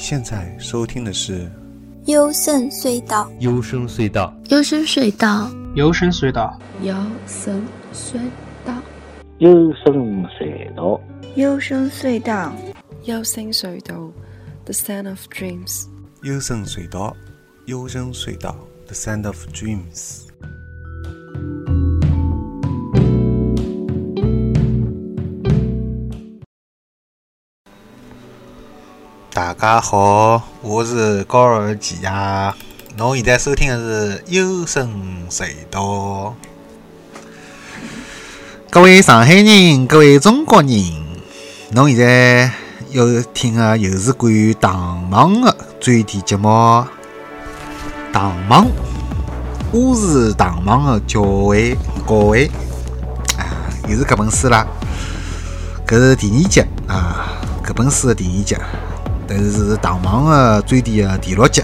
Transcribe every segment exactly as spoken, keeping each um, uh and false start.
现在收听的是幽深隧道， 幽深隧道， 幽深隧道， 幽深隧道， 幽深隧道， 幽深隧道， 幽深隧道， 幽深隧道 The Sound of Dreams， 幽深隧道，幽深隧道 The Sound of Dreams。大家好，我是高尔基呀。侬现在收听的是幽深隧道。各位上海人，各位中国人，侬现在要听的又是关于唐王的专题节目。唐王，我是唐王的教会各位啊，又是搿本书啦。搿是第二集啊，搿本书的第二集。但是是唐王的专题的第六集。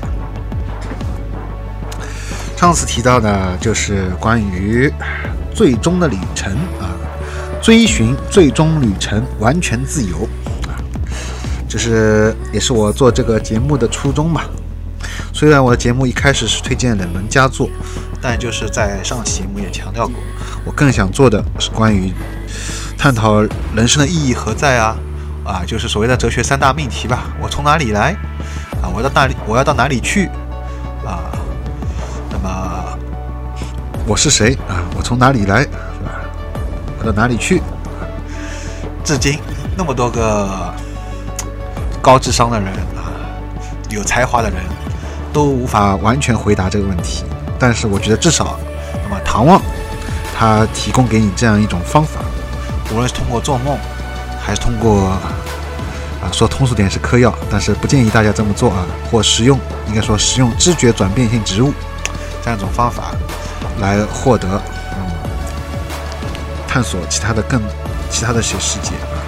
上次提到呢，就是关于最终的旅程啊，追寻最终旅程，完全自由啊，就是也是我做这个节目的初衷吧。虽然我的节目一开始是推荐冷门佳作，但就是在上期节目也强调过，我更想做的是关于探讨人生的意义何在啊。啊，就是所谓的哲学三大命题吧。我从哪里来？啊，我到哪里？我要到哪里去？啊，那么我是谁？啊，我从哪里来？是吧？我到哪里去？至今那么多个高智商的人啊，有才华的人，都无法完全回答这个问题。但是我觉得至少，那么唐望他提供给你这样一种方法，无论是通过做梦。还是通过啊，说通俗点是嗑药，但是不建议大家这么做啊，或食用，应该说食用知觉转变性植物这样一种方法来获得嗯探索其他的更其他的些世界。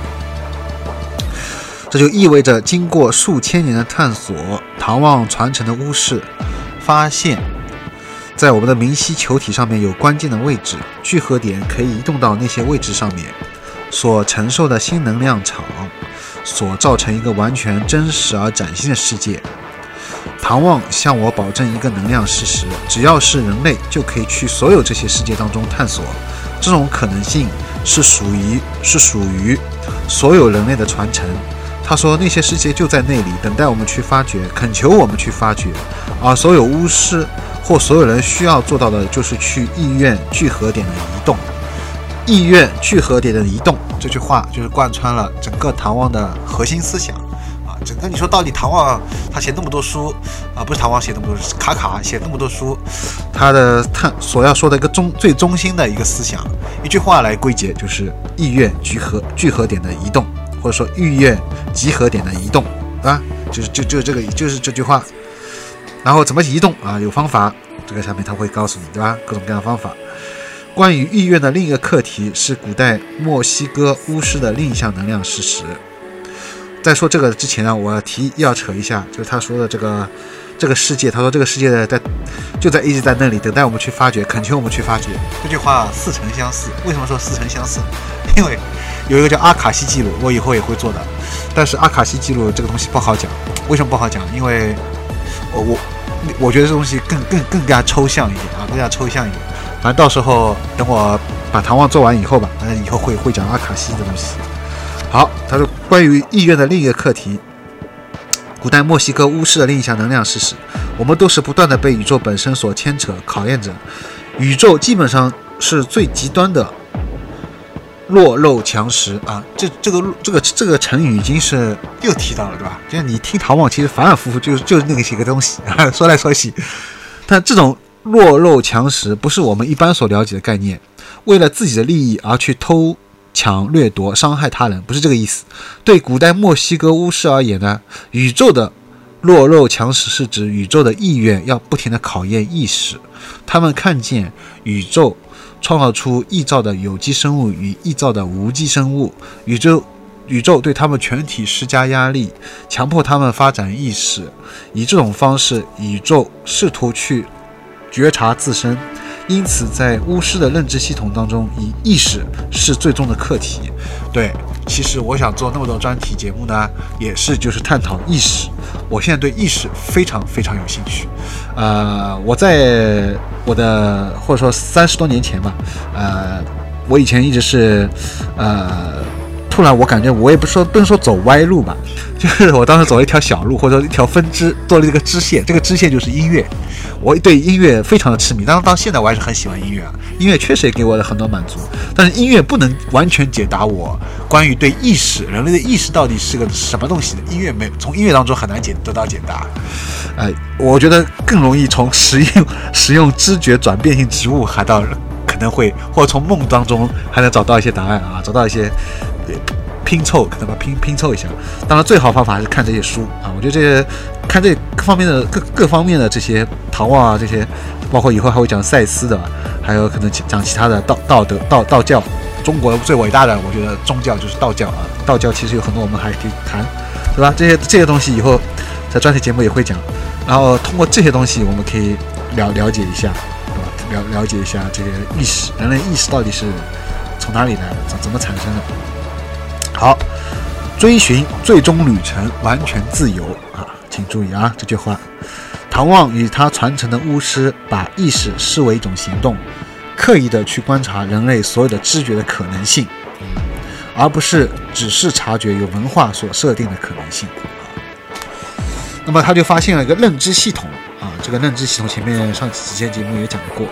这就意味着经过数千年的探索，唐望传承的巫师发现，在我们的明晰球体上面有关键的位置，聚合点可以移动到那些位置上面。所承受的新能量场所造成一个完全真实而崭新的世界。唐望向我保证一个能量事实，只要是人类就可以去所有这些世界当中探索，这种可能性是属于是属于所有人类的传承。他说那些世界就在那里，等待我们去发掘，恳求我们去发掘，而所有巫师或所有人需要做到的就是去意愿聚合点的移动。意愿聚合点的移动，这句话就是贯穿了整个唐望的核心思想啊！整个你说到底，唐望他写那么多书啊，不是唐望写那么多书，卡卡写那么多书，他的探所要说的一个中最中心的一个思想，一句话来归结，就是意愿聚合聚合点的移动，或者说意愿集合点的移动啊，就是就就这个就是这句话。然后怎么移动啊？有方法，这个下面他会告诉你，对吧？各种各样的方法。关于意愿的另一个课题是古代墨西哥巫师的另一项能量事实。在说这个之前呢，我要提要扯一下，就是他说的这个这个世界，他说这个世界在就在一直在那里等待我们去发掘，恳求我们去发掘。这句话似曾相识。为什么说似曾相识？因为有一个叫阿卡西记录，我以后也会做的。但是阿卡西记录这个东西不好讲，为什么不好讲？因为我我我觉得这东西更更更加抽象一点啊，更加抽象一点。反正到时候等我把唐望做完以后吧，反正以后会会讲阿卡西的东西。好，他说关于意愿的另一个课题，古代墨西哥巫师的另一项能量事实，我们都是不断的被宇宙本身所牵扯考验着，宇宙基本上是最极端的弱肉强食啊，这这个这个这个成语已经是又提到了，对吧？就是你听唐望其实反反复复就是就是那个几个东西啊，说来说去，但这种弱肉强食不是我们一般所了解的概念，为了自己的利益而去偷抢掠夺伤害他人，不是这个意思。对古代墨西哥巫师而言呢，宇宙的弱肉强食是指宇宙的意愿要不停地考验意识，他们看见宇宙创造出异造的有机生物与异造的无机生物，宇宙宇宙对他们全体施加压力，强迫他们发展意识，以这种方式宇宙试图去觉察自身。因此在巫师的认知系统当中，以意识是最终的课题。对， 其实我想做那么多专题节目呢，也是就是探讨意识。我现在对意识非常非常有兴趣。呃，我在我的或者说三十多年前吧，呃，我以前一直是呃。突然我感觉我也不说不能说走歪路吧，就是我当时走了一条小路或者一条分支，做了一个支线，这个支线就是音乐。我对音乐非常的痴迷，当然到现在我还是很喜欢音乐啊，音乐确实也给我了很多满足，但是音乐不能完全解答我关于对意识，人类的意识到底是个什么东西的，音乐没从音乐当中很难解得到解答。呃，我觉得更容易从实用实用知觉转变性植物还到可能会或者从梦当中还能找到一些答案啊，找到一些拼凑，可能把拼拼凑一下。当然最好方法还是看这些书啊，我觉得这些看这各方面的各各方面的这些唐望啊，这些包括以后还会讲赛斯的，还有可能讲其他的道道德道道教。中国最伟大的我觉得宗教就是道教啊，道教其实有很多我们还可以谈，对吧？这些这些东西以后在专题节目也会讲，然后通过这些东西我们可以了了解一下，对吧？了了解一下这些意识，人类意识到底是从哪里来的，怎怎么产生的。好，追寻最终旅程，完全自由啊！请注意啊，这句话。唐望与他传承的巫师把意识视为一种行动，刻意的去观察人类所有的知觉的可能性，而不是只是察觉有文化所设定的可能性。那么他就发现了一个认知系统啊，这个认知系统前面上几期节目也讲过。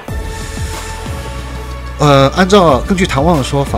呃，按照根据唐望的说法，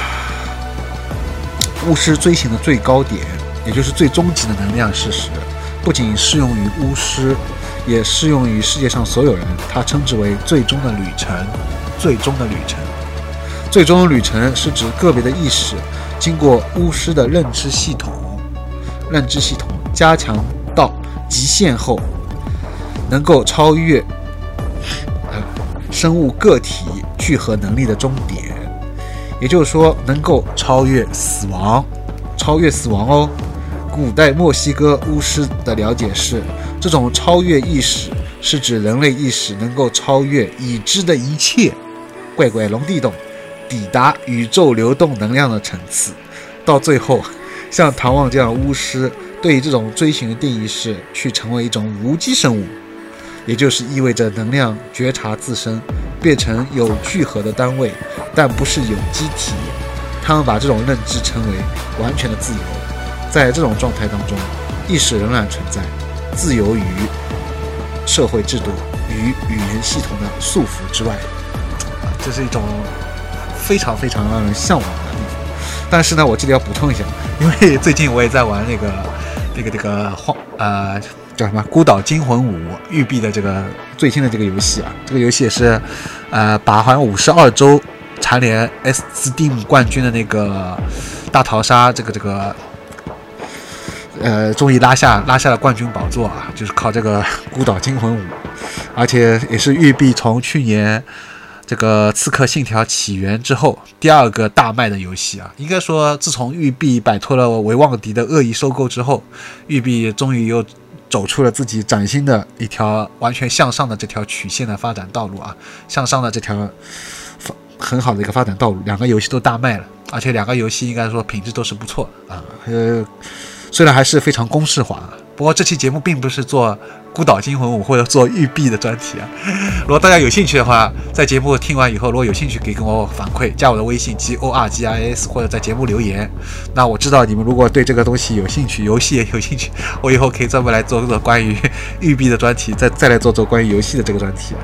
巫师追寻的最高点，也就是最终极的能量事实，不仅适用于巫师，也适用于世界上所有人。他称之为最终的旅程。最终的旅程，最终的旅程是指个别的意识经过巫师的认知系统，认知系统加强到极限后，能够超越、呃、生物个体聚合能力的终点。也就是说，能够超越死亡，超越死亡哦。古代墨西哥巫师的了解是，这种超越意识是指人类意识能够超越已知的一切，怪怪龙地洞，抵达宇宙流动能量的层次。到最后，像唐望这样的巫师，对于这种追寻的定义是去成为一种无机生物，也就是意味着能量觉察自身，变成有聚合的单位，但不是有机体。他们把这种认知称为完全的自由。在这种状态当中，意识仍然存在，自由于社会制度与语言系统的束缚之外。这是一种非常非常让人向往的地方。但是呢，我这里要补充一下，因为最近我也在玩那个这个这个荒呃叫什么《孤岛惊魂五》育碧的这个最新的这个游戏啊，这个游戏也是呃把好像五十二周蝉联 Steam 冠军的那个大逃杀这个这个呃终于拉下拉下了冠军宝座啊，就是靠这个《孤岛惊魂五》，而且也是育碧从去年这个《刺客信条：起源》之后第二个大卖的游戏啊。应该说，自从育碧摆脱了维旺迪的恶意收购之后，育碧终于又走出了自己崭新的一条完全向上的这条曲线的发展道路啊，向上的这条很好的一个发展道路。两个游戏都大卖了，而且两个游戏应该说品质都是不错啊。呃，虽然还是非常公式化，不过这期节目并不是做孤岛惊魂五或者做育碧的专题啊。如果大家有兴趣的话，在节目听完以后，如果有兴趣可以跟我反馈，加我的微信 G O R G I S 或者在节目留言。那我知道你们如果对这个东西有兴趣，游戏也有兴趣，我以后可以专门来做做关于育碧的专题，再再来做做关于游戏的这个专题。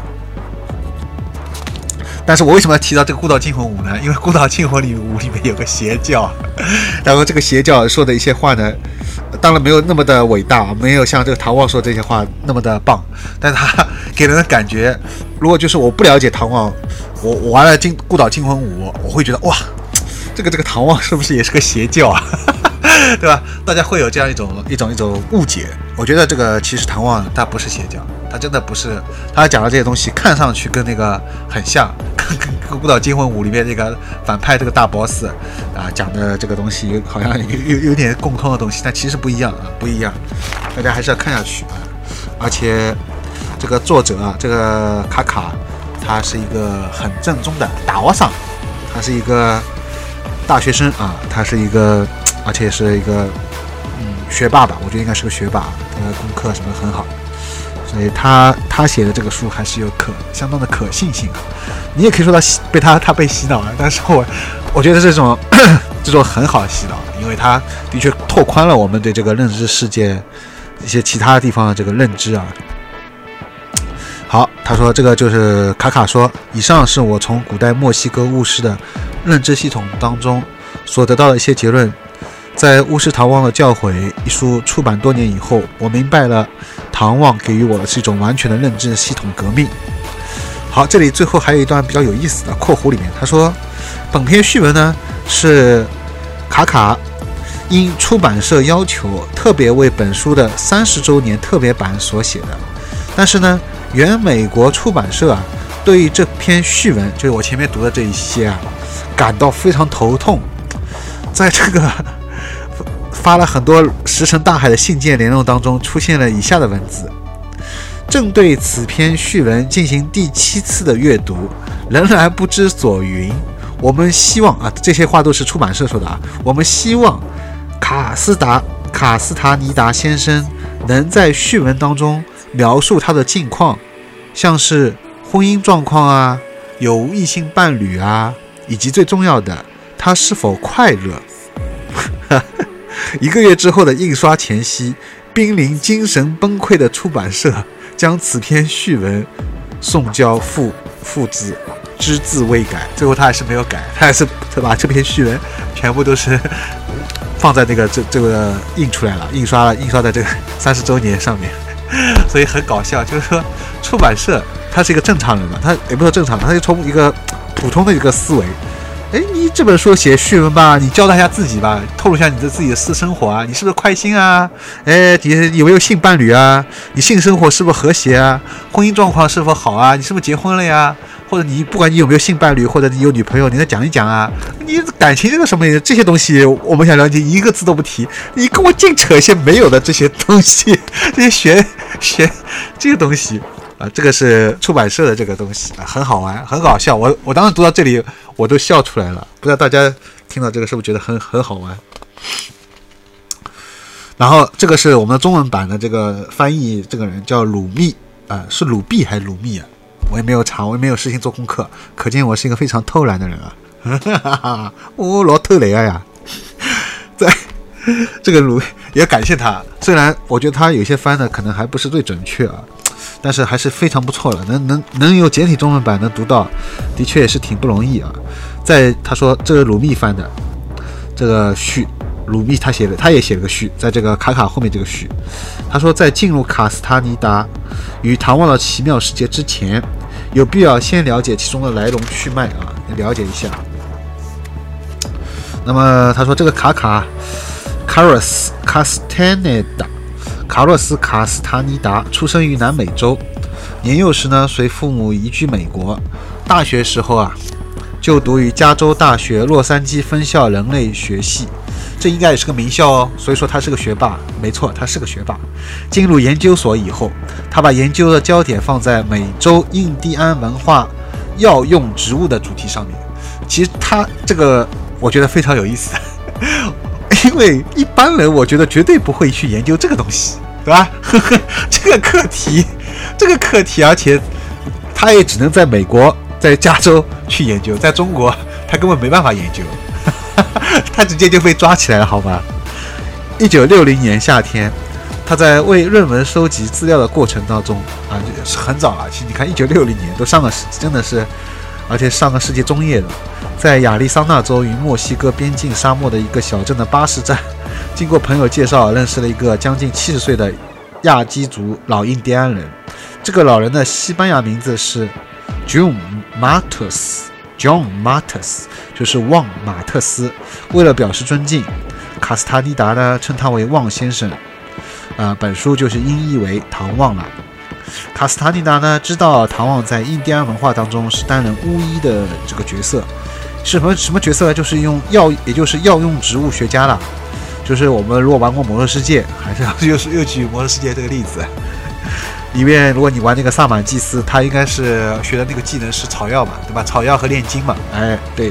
但是我为什么要提到这个《孤岛惊魂五》呢？因为《孤岛惊魂五》里面有个邪教，然后这个邪教说的一些话呢，当然没有那么的伟大，没有像这个唐望说这些话那么的棒，但他给人的感觉，如果就是我不了解唐望，我我玩了《孤岛惊魂五》，我会觉得哇，这个这个唐望是不是也是个邪教啊？对吧？大家会有这样一种一种一种误解。我觉得这个其实唐望他不是邪教，他真的不是，他讲的这些东西看上去跟那个很像，跟跟《孤岛惊魂五》里面这个反派这个大 boss 啊讲的这个东西好像有有有点共通的东西，但其实不一样啊，不一样。大家还是要看下去啊。而且这个作者啊，这个卡卡，他是一个很正宗的达瓦桑，他是一个大学生啊，他是一个，而且是一个嗯学霸吧，我觉得应该是个学霸，他的功课什么很好，所以他他写的这个书还是有可相当的可信性啊。你也可以说他被他他被洗脑了，但是我我觉得这种这种很好洗脑，因为他的确拓宽了我们对这个认知世界一些其他地方的这个认知啊。好，他说这个就是卡卡说，以上是我从古代墨西哥巫师的认知系统当中所得到的一些结论。在《巫师唐望的教诲》一书出版多年以后，我明白了唐望给予我的是一种完全的认知系统革命。好，这里最后还有一段比较有意思的括弧里面，他说本篇序文呢是卡卡因出版社要求特别为本书的三十周年特别版所写的，但是呢原美国出版社啊对于这篇序文，就是我前面读的这一些啊，感到非常头痛。在这个发了很多石沉大海的信件联络当中，出现了以下的文字：正对此篇序文进行第七次的阅读，仍然不知所云。我们希望啊，这些话都是出版社说的啊。我们希望卡斯达卡斯塔尼达先生能在序文当中描述他的近况，像是婚姻状况啊，有无异性伴侣啊，以及最重要的，他是否快乐。一个月之后的印刷前夕，濒临精神崩溃的出版社将此篇序文送交副副字，只字未改。最后他还是没有改，他还是把这篇序文全部都是放在那个这这个印出来了，印刷了，印刷在这个三十周年上面。所以很搞笑，就是说出版社他是一个正常人嘛，他也不是正常人，他就从一个普通的一个思维。哎，你这本书写序文吧，你交代一下自己吧，透露一下你的自己的私生活啊，你是不是快心啊？哎，你有没有性伴侣啊？你性生活是不是和谐啊？婚姻状况是否好啊？你是不是结婚了呀？或者你不管你有没有性伴侣，或者你有女朋友，你再讲一讲啊。你感情这个什么这些东西，我们想了解一个字都不提，你跟我净扯一些没有的这些东西，这些学学这个东西。啊，这个是出版社的这个东西啊，很好玩，很搞笑。我我当时读到这里，我都笑出来了。不知道大家听到这个是不是觉得很很好玩？然后这个是我们的中文版的这个翻译，这个人叫鲁密啊、呃，是鲁毕还是鲁密啊？我也没有查，我也没有事情做功课，可见我是一个非常偷懒的人啊！我、哦、老偷懒呀！在这个鲁也感谢他，虽然我觉得他有些翻的可能还不是最准确啊。但是还是非常不错了，能能能有简体中文版能读到，的确也是挺不容易啊。在他说这个鲁密翻的这个序，鲁密他写的，他也写了个序，在这个卡卡后面这个序，他说在进入卡斯塔尼达与唐望的奇妙世界之前，有必要先了解其中的来龙去脉啊，了解一下。那么他说这个卡卡卡洛斯卡斯塔尼达。卡洛斯·卡斯塔尼达出生于南美洲，年幼时呢随父母移居美国。大学时候啊，就读于加州大学洛杉矶分校人类学系，这应该也是个名校哦。所以说他是个学霸，没错，他是个学霸。进入研究所以后，他把研究的焦点放在美洲印第安文化药用植物的主题上面。其实他这个我觉得非常有意思。因为一般人我觉得绝对不会去研究这个东西，对吧？呵呵，这个课题，这个课题，而且他也只能在美国，在加州去研究，在中国他根本没办法研究，呵呵，他直接就被抓起来了，好吗？一九六零年夏天，他在为论文收集资料的过程当中啊，是很早了。其实你看，一九六零年都上个世，真的是，而且上个世纪中叶了。在亚利桑那州与墨西哥边境沙漠的一个小镇的巴士站，经过朋友介绍，认识了一个将近七十岁的亚基族老印第安人。这个老人的西班牙名字是 John Matus，John Matus 就是旺马特斯。为了表示尊敬，卡斯塔尼达呢称他为旺先生。呃，本书就是音译为唐望了。卡斯塔尼达呢知道唐望在印第安文化当中是担任巫医的这个角色。什么什么角色呢？就是用药，也就是药用植物学家啦。就是我们如果玩过《魔兽世界》，还是又是又举《魔兽世界》这个例子，里面如果你玩那个萨满祭司，他应该是学的那个技能是草药嘛，对吧？草药和炼金嘛。哎，对，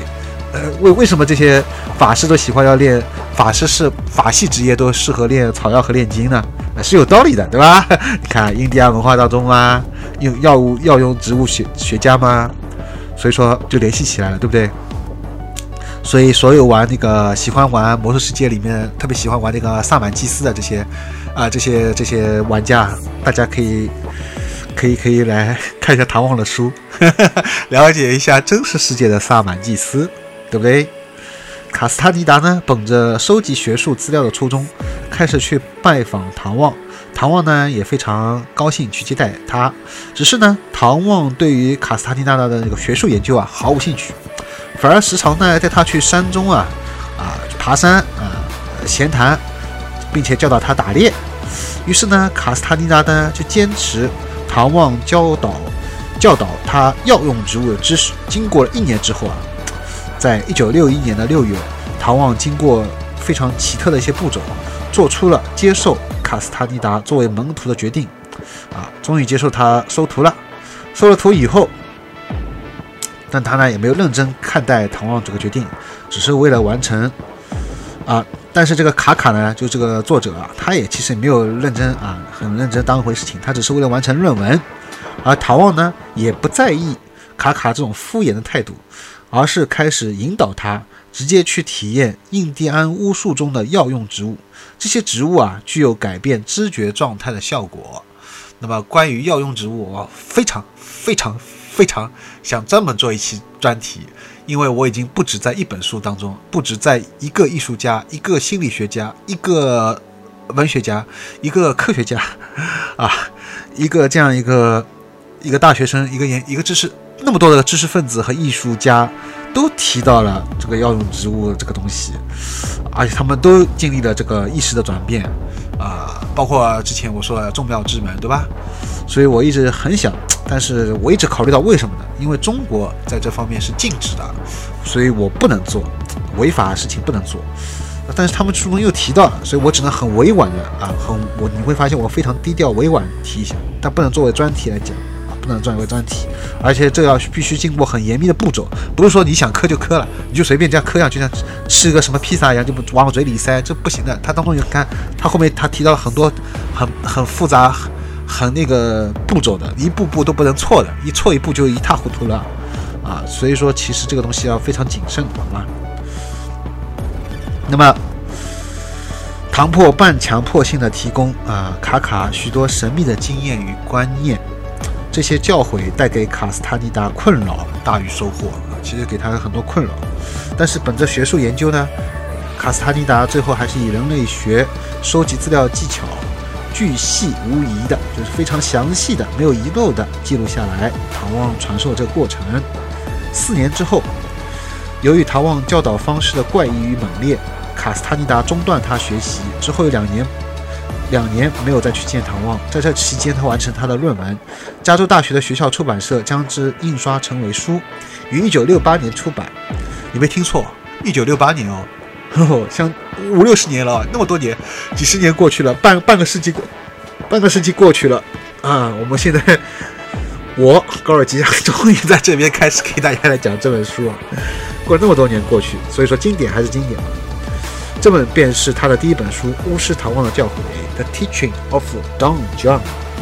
呃，为为什么这些法师都喜欢要练法师是法系职业都适合练草药和炼金呢？呃、是有道理的，对吧？你看印第安文化当中啊，用药物药用植物学学家嘛，所以说就联系起来了，对不对？所以所有玩那个喜欢玩魔兽世界里面特别喜欢玩那个萨满祭司的这些啊、呃、这些这些玩家，大家可以可以可以来看一下唐望的书，呵呵，了解一下真实世界的萨满祭司，对不对？卡斯塔尼达呢，本着收集学术资料的初衷，开始去拜访唐望。唐望呢也非常高兴去接待他，只是呢，唐望对于卡斯塔尼达的那个学术研究啊毫无兴趣，反而时常呢带他去山中啊啊爬山啊闲谈，并且教导他打猎。于是呢，卡斯塔尼达呢就坚持唐望教导教导他药用植物的知识。经过了一年之后啊，在一九六一年的六月，唐望经过非常奇特的一些步骤，做出了接受卡斯塔尼达作为门徒的决定啊，终于接受他收徒了。收了徒以后，但他呢也没有认真看待唐望这个决定，只是为了完成啊。但是这个卡卡呢，就这个作者啊，他也其实没有认真啊，很认真当回事情，他只是为了完成论文。而唐望呢，也不在意卡卡这种敷衍的态度，而是开始引导他直接去体验印第安巫术中的药用植物。这些植物啊，具有改变知觉状态的效果。那么关于药用植物，我非常非常非常想专门做一期专题，因为我已经不止在一本书当中，不止在一个艺术家、一个心理学家、一个文学家、一个科学家啊，一个这样一个一个大学生、一个研一个知识那么多的知识分子和艺术家都提到了这个药用植物这个东西，而且他们都经历了这个意识的转变啊、呃，包括之前我说的众妙之门，对吧？所以我一直很想，但是我一直考虑到为什么呢？因为中国在这方面是禁止的，所以我不能做违法的事情，不能做。但是他们书中又提到了，所以我只能很委婉的啊，很我你会发现我非常低调委婉提一下，但不能作为专题来讲。不能作为专题，而且这要必须经过很严密的步骤，不是说你想磕就磕了，你就随便这样磕下去，像吃个什么披萨一样就不往嘴里塞，这不行的。它当中有看，它后面它提到了很多很很复杂、很那个步骤的，一步步都不能错的，一错一步就一塌糊涂了啊！所以说，其实这个东西要非常谨慎，好吗？那么，唐破半强迫性的提供啊卡卡许多神秘的经验与观念。这些教诲带给卡斯塔尼达困扰大于收获啊，其实给他很多困扰。但是本着学术研究呢，卡斯塔尼达最后还是以人类学收集资料技巧，巨细无遗的，就是非常详细的、没有遗漏的记录下来唐望传授这个过程。四年之后，由于唐望教导方式的怪异与猛烈，卡斯塔尼达中断他学习，之后有两年。两年没有再去见唐望，在这期间他完成他的论文，加州大学的学校出版社将之印刷成为书，于一九六八年出版。你没听错，一九六八年哦，呵呵，像五六十年了，那么多年，几十年过去了，半半个世纪过，半个世纪过去了啊！我们现在，我高尔基终于在这边开始给大家来讲这本书啊，过了那么多年过去，所以说经典还是经典嘛。这本便是他的第一本书《巫师唐望的教诲》The Teaching of Don John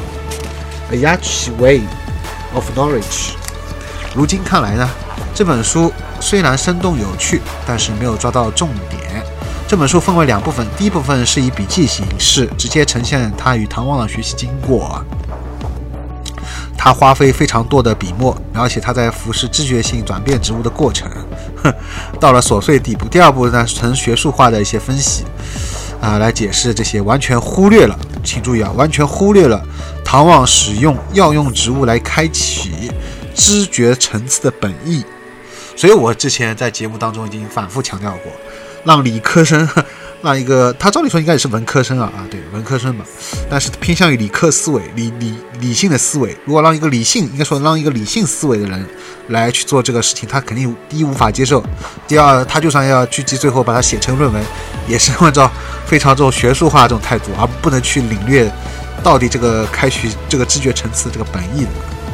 A Yachi Way of Knowledge。 如今看来呢，这本书虽然生动有趣，但是没有抓到重点。这本书分为两部分，第一部分是以笔记形式直接呈现他与唐望的学习经过，他花费非常多的笔墨描写他在服食知觉性转变植物的过程，到了琐碎地步。第二步呢，纯学术化的一些分析啊、呃，来解释这些，完全忽略了，请注意啊，完全忽略了唐望使用药用植物来开启知觉层次的本意。所以我之前在节目当中已经反复强调过，让理科生，让一个他照理说应该也是文科生啊啊，对，文科生嘛，但是偏向于理科思维、理理理性的思维。如果让一个理性，应该说让一个理性思维的人来去做这个事情，他肯定第一无法接受，第二他就算要去最后把它写成论文，也是按照非常这种学术化这种态度，而不能去领略到底这个开启这个知觉层次这个本意的。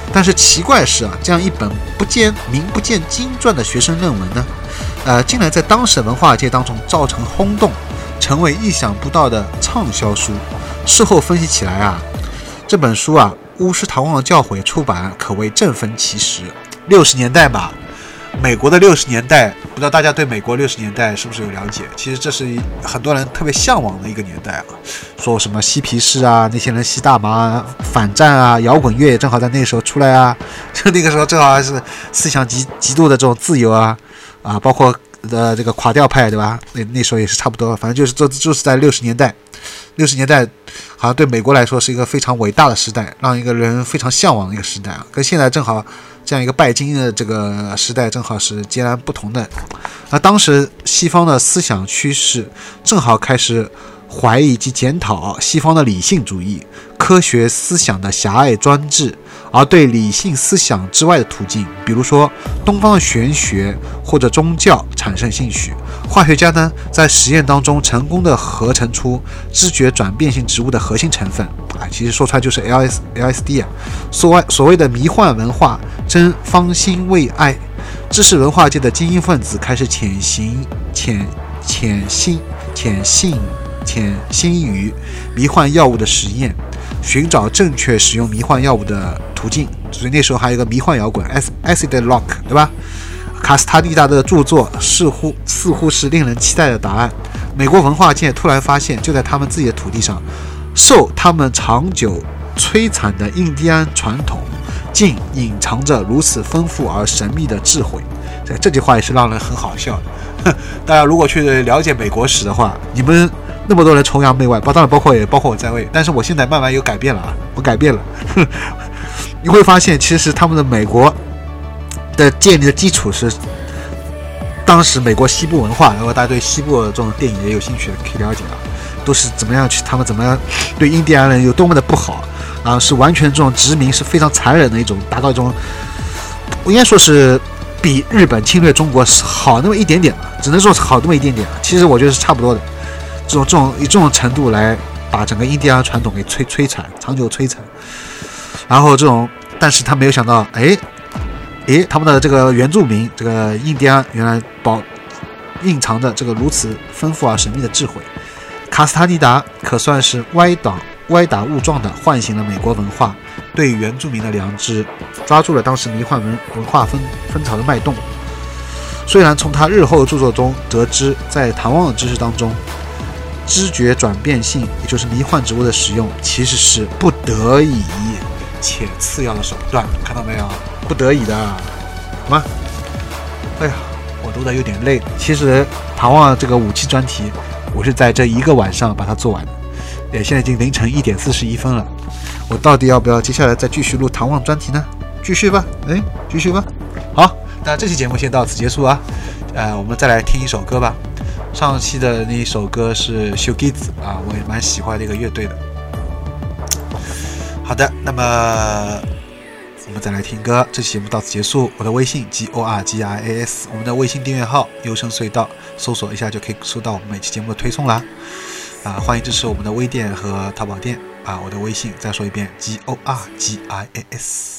但是奇怪是啊，这样一本不见名不见经传的学生论文呢，呃，竟然在当时文化界当中造成轰动，成为意想不到的畅销书。事后分析起来啊，这本书啊，巫师唐望教诲出版可谓振奋其时。六十年代吧，美国的六十年代，不知道大家对美国六十年代是不是有了解？其实这是很多人特别向往的一个年代啊。说什么嬉皮士啊，那些人吸大麻啊，反战啊，摇滚乐也正好在那时候出来啊。就那个时候正好还是思想极极度的这种自由啊啊，包括呃这个垮掉派，对吧？那那时候也是差不多，反正就是这就是在六十年代，六十年代好像对美国来说是一个非常伟大的时代，让一个人非常向往的一个时代啊，跟现在正好。这样一个拜金的这个时代正好是截然不同的。那当时西方的思想趋势正好开始怀疑及检讨西方的理性主义、科学思想的狭隘专制，而对理性思想之外的途径，比如说东方的玄学或者宗教产生兴趣。化学家呢，在实验当中成功的合成出知觉转变性植物的核心成分，啊，其实说出来就是 L S D 啊。所谓所谓的迷幻文化，真芳心为爱，知识文化界的精英分子开始潜行、潜潜心、潜信、潜心于迷幻药物的实验，寻找正确使用迷幻药物的途径。所以那时候还有一个迷幻摇滚 Acid Rock， 对吧？卡斯塔蒂达的著作似乎似乎是令人期待的答案。美国文化界突然发现，就在他们自己的土地上，受他们长久摧残的印第安传统，竟隐藏着如此丰富而神秘的智慧。这句话也是让人很好笑的。大家如果去了解美国史的话，你们那么多人崇洋媚外，当然包括也包括我在内，但是我现在慢慢有改变了啊，我改变了。你会发现，其实他们的美国的建立的基础是当时美国西部文化，然后大家对西部这种电影也有兴趣的可以了解啊，都是怎么样去他们怎么样对印第安人有多么的不好啊，是完全这种殖民是非常残忍的一种，达到一种我应该说是比日本侵略中国好那么一点点吧，只能说是好那么一点点，其实我觉得是差不多的，这种这种以这种程度来把整个印第安传统给摧摧残，长久摧残。然后这种，但是他没有想到，哎，诶，他们的这个原住民，这个印第安原来保蕴藏着这个如此丰富而神秘的智慧。卡斯塔蒂达可算是歪打歪打误撞地唤醒了美国文化对原住民的良知，抓住了当时迷幻文文化风风潮的脉动。虽然从他日后的著作中得知，在唐望的知识当中，知觉转变性，也就是迷幻植物的使用，其实是不得已且次要的手段，看到没有？不得已的，好吗？哎呀，我读的有点累。其实唐望这个武器专题，我是在这一个晚上把它做完的，也现在已经凌晨一点四十一分了。我到底要不要接下来再继续录唐望专题呢？继续吧，哎，继续吧。好，那这期节目先到此结束啊。呃，我们再来听一首歌吧。上期的那一首歌是修吉子啊，我也蛮喜欢那个乐队的。好的，那么我们再来听歌。这期节目到此结束。我的微信 G O R G I A S， 我们的微信订阅号优声隧道，搜索一下就可以收到我们每期节目的推送啦。啊，欢迎支持我们的微店和淘宝店啊。我的微信再说一遍 G O R G I A S。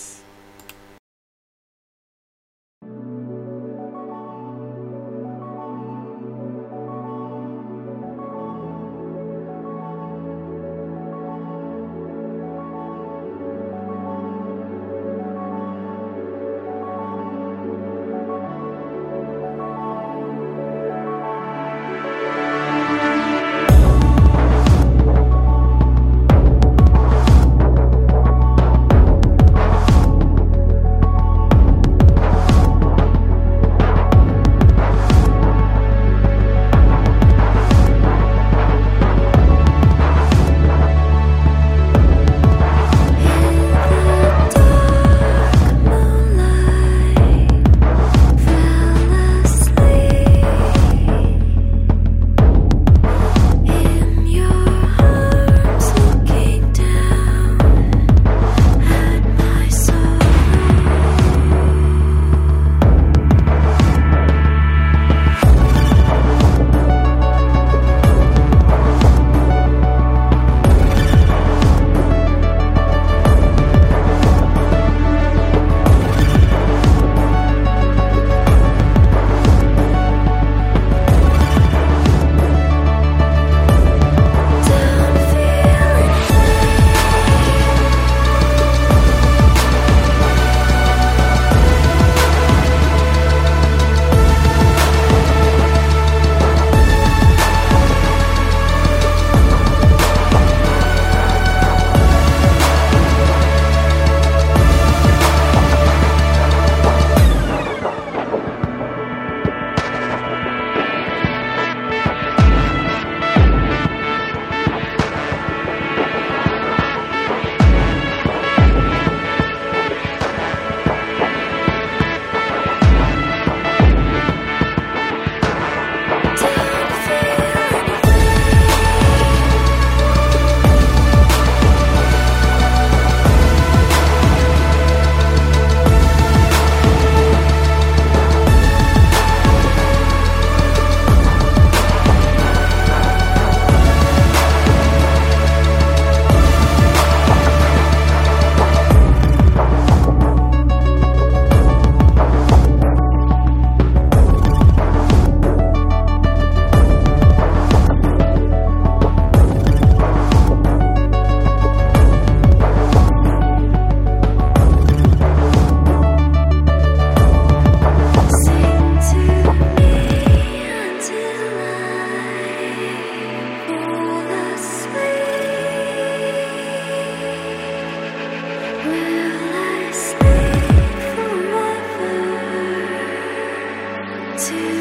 记